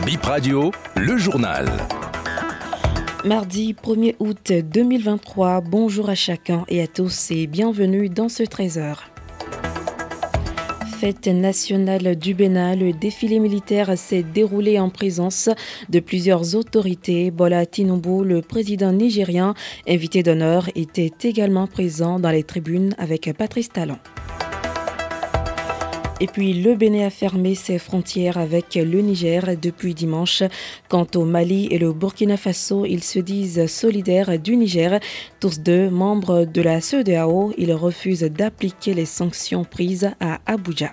Bip Radio, le journal. Mardi 1er août 2023, bonjour à chacun et à tous et bienvenue dans ce 13h. Fête nationale du Bénin, le défilé militaire s'est déroulé en présence de plusieurs autorités. Bola Tinubu, le président nigérien, invité d'honneur, était également présent dans les tribunes avec Patrice Talon. Et puis, le Bénin a fermé ses frontières avec le Niger depuis dimanche. Quant au Mali et le Burkina Faso, ils se disent solidaires du Niger. Tous deux membres de la CEDEAO, ils refusent d'appliquer les sanctions prises à Abuja.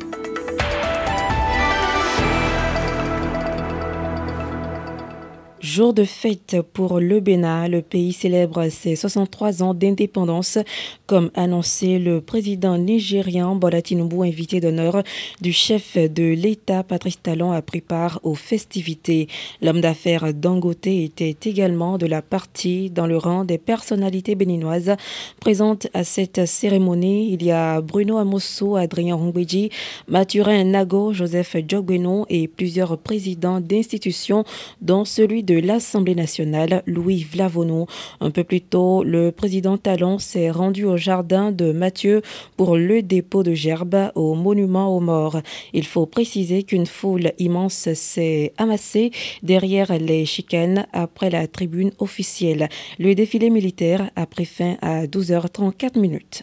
Jour de fête pour le Bénin, le pays célèbre ses 63 ans d'indépendance, comme annoncé le président nigérien Bola Tinubu, invité d'honneur du chef de l'État Patrice Talon, a pris part aux festivités. L'homme d'affaires Dangote était également de la partie dans le rang des personnalités béninoises présentes à cette cérémonie. Il y a Bruno Amosso, Adrien Rongbeji, Mathurin Nago, Joseph Djogbeno et plusieurs présidents d'institutions, dont celui de l'Assemblée nationale, Louis Vlavono. Un peu plus tôt, le président Talon s'est rendu au jardin de Mathieu pour le dépôt de gerbes au monument aux morts. Il faut préciser qu'une foule immense s'est amassée derrière les chicanes après la tribune officielle. Le défilé militaire a pris fin à 12h34.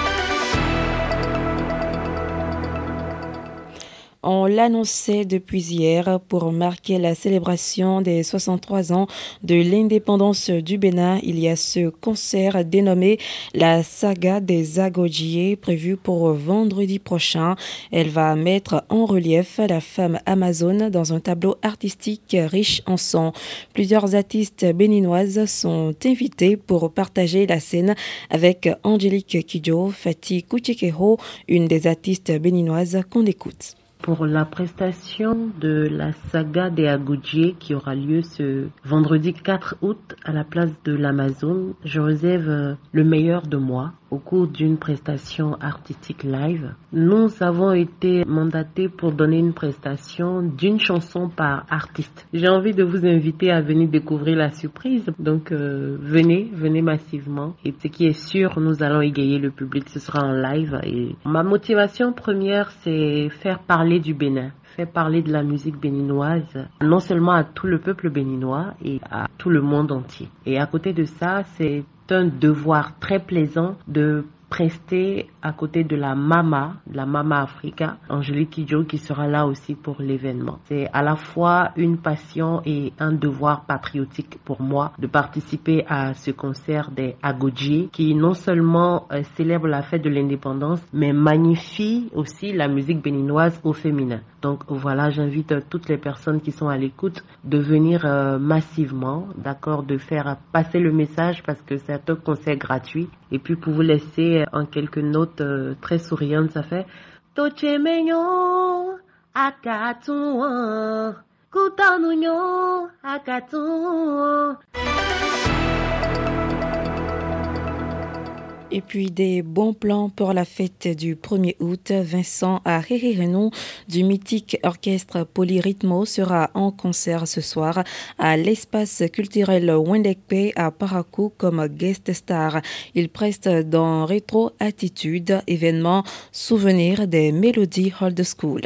On l'annonçait depuis hier pour marquer la célébration des 63 ans de l'indépendance du Bénin. Il y a ce concert dénommé la saga des Agodjié prévu pour vendredi prochain. Elle va mettre en relief la femme amazone dans un tableau artistique riche en son. Plusieurs artistes béninoises sont invités pour partager la scène avec Angélique Kidjo, Fatih Kouchikeho, une des artistes béninoises qu'on écoute. Pour la prestation de la saga des Agodjié qui aura lieu ce vendredi 4 août à la place de l'Amazone, je réserve le meilleur de moi au cours d'une prestation artistique live. Nous avons été mandatés pour donner une prestation d'une chanson par artiste. J'ai envie de vous inviter à venir découvrir la surprise. Donc venez massivement. Et ce qui est sûr, nous allons égayer le public. Ce sera en live. Et ma motivation première, c'est faire parler du Bénin. Faire parler de la musique béninoise, non seulement à tout le peuple béninois et à tout le monde entier. Et à côté de ça, c'est un devoir très plaisant de prester à côté de la Mama Africa, Angélique Kidjo, qui sera là aussi pour l'événement. C'est à la fois une passion et un devoir patriotique pour moi de participer à ce concert des Agodjié qui non seulement célèbre la fête de l'indépendance, mais magnifie aussi la musique béninoise au féminin. Donc voilà, j'invite toutes les personnes qui sont à l'écoute de venir massivement, d'accord, de faire passer le message parce que c'est un concert gratuit. Et puis pour vous laisser en quelques notes très souriantes, ça fait Tochemenyo Akatou Koutanouyo Akatou. Et puis des bons plans pour la fête du 1er août. Vincent Ahirireno du mythique orchestre Polyrythmo sera en concert ce soir à l'espace culturel Wendekpe à Parakou comme guest star. Il preste dans Rétro Attitude, événement souvenir des mélodies old school.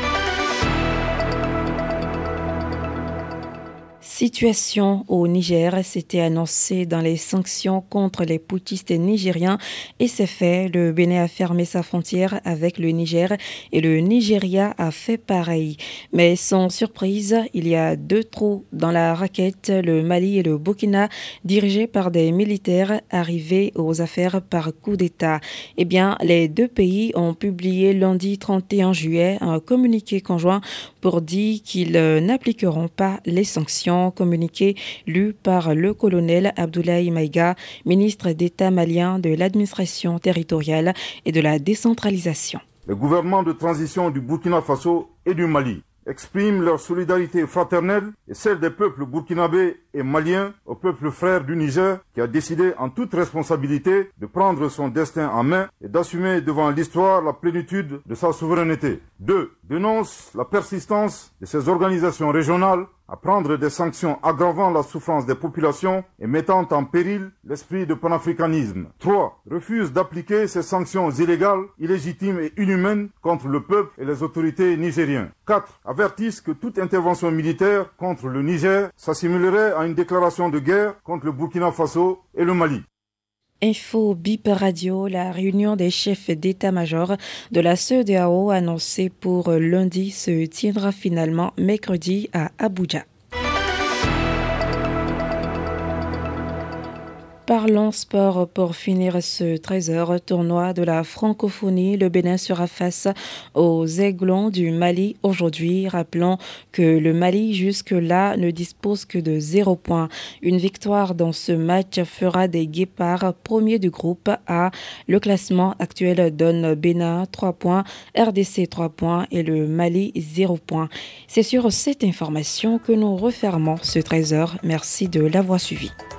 Situation au Niger, c'était annoncé dans les sanctions contre les putschistes nigériens et c'est fait. Le Bénin a fermé sa frontière avec le Niger et le Nigeria a fait pareil. Mais sans surprise, il y a deux trous dans la raquette, le Mali et le Burkina, dirigés par des militaires arrivés aux affaires par coup d'État. Eh bien, les deux pays ont publié lundi 31 juillet un communiqué conjoint pour dire qu'ils n'appliqueront pas les sanctions. Communiqué lu par le colonel Abdoulaye Maïga, ministre d'État malien de l'administration territoriale et de la décentralisation. Le gouvernement de transition du Burkina Faso et du Mali expriment leur solidarité fraternelle et celle des peuples burkinabés et maliens au peuple frère du Niger qui a décidé en toute responsabilité de prendre son destin en main et d'assumer devant l'histoire la plénitude de sa souveraineté. 2. dénonce la persistance de ces organisations régionales à prendre des sanctions aggravant la souffrance des populations et mettant en péril l'esprit de panafricanisme. 3. Refuse d'appliquer ces sanctions illégales, illégitimes et inhumaines contre le peuple et les autorités nigériennes. 4. Avertissent que toute intervention militaire contre le Niger s'assimilerait à une déclaration de guerre contre le Burkina Faso et le Mali. Info BIP Radio, la réunion des chefs d'état-major de la CEDEAO annoncée pour lundi se tiendra finalement mercredi à Abuja. Parlons sport pour finir ce 13h tournoi de la francophonie. Le Bénin sera face aux Aiglons du Mali aujourd'hui. Rappelons que le Mali jusque-là ne dispose que de 0 points. Une victoire dans ce match fera des Guépards premiers du groupe A. Le classement actuel donne Bénin 3 points, RDC 3 points et le Mali 0 points. C'est sur cette information que nous refermons ce 13h. Merci de l'avoir suivi.